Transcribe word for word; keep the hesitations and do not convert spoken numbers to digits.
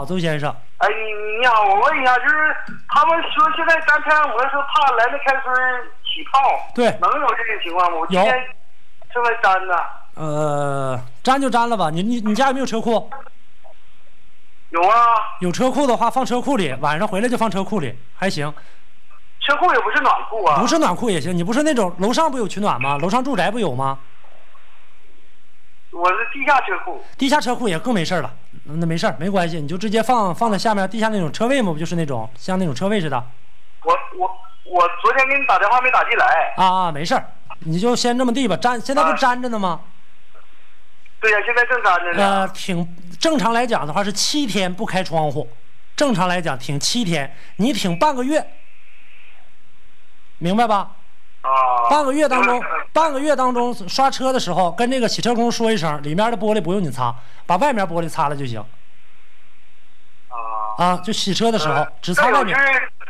周先生。 哎，你你好，我问一下，就是他们说现在粘太阳膜说怕来那开春起泡， 对， 能有这种情况吗？我今天正在粘呢。 呃，粘就粘了吧。你你你家有没有车库？ 有啊。 有车库的话，放车库里，晚上回来就放车库里，还行。 车库也不是暖库啊。 不是暖库也行，你不是那种楼上不有取暖吗？楼上住宅不有吗？ 我是地下车库。 地下车库也更没事了，那没事没关系，你就直接放放在下面地下那种车位嘛，不就是那种像那种车位似的。 我我我昨天给你打电话没打进来。 啊啊，没事你就先这么地吧，粘现在不粘着呢吗？ 对呀、啊，现在正粘着呢。 呃，挺正常来讲的话是七天不开窗户，正常来讲挺七天，你挺半个月。明白吧？ 啊， 半个月当中，半个月当中刷车的时候，跟这个洗车工说一声，里面的玻璃不用你擦，把外面玻璃擦了就行。 啊啊，就洗车的时候、呃、只擦外面。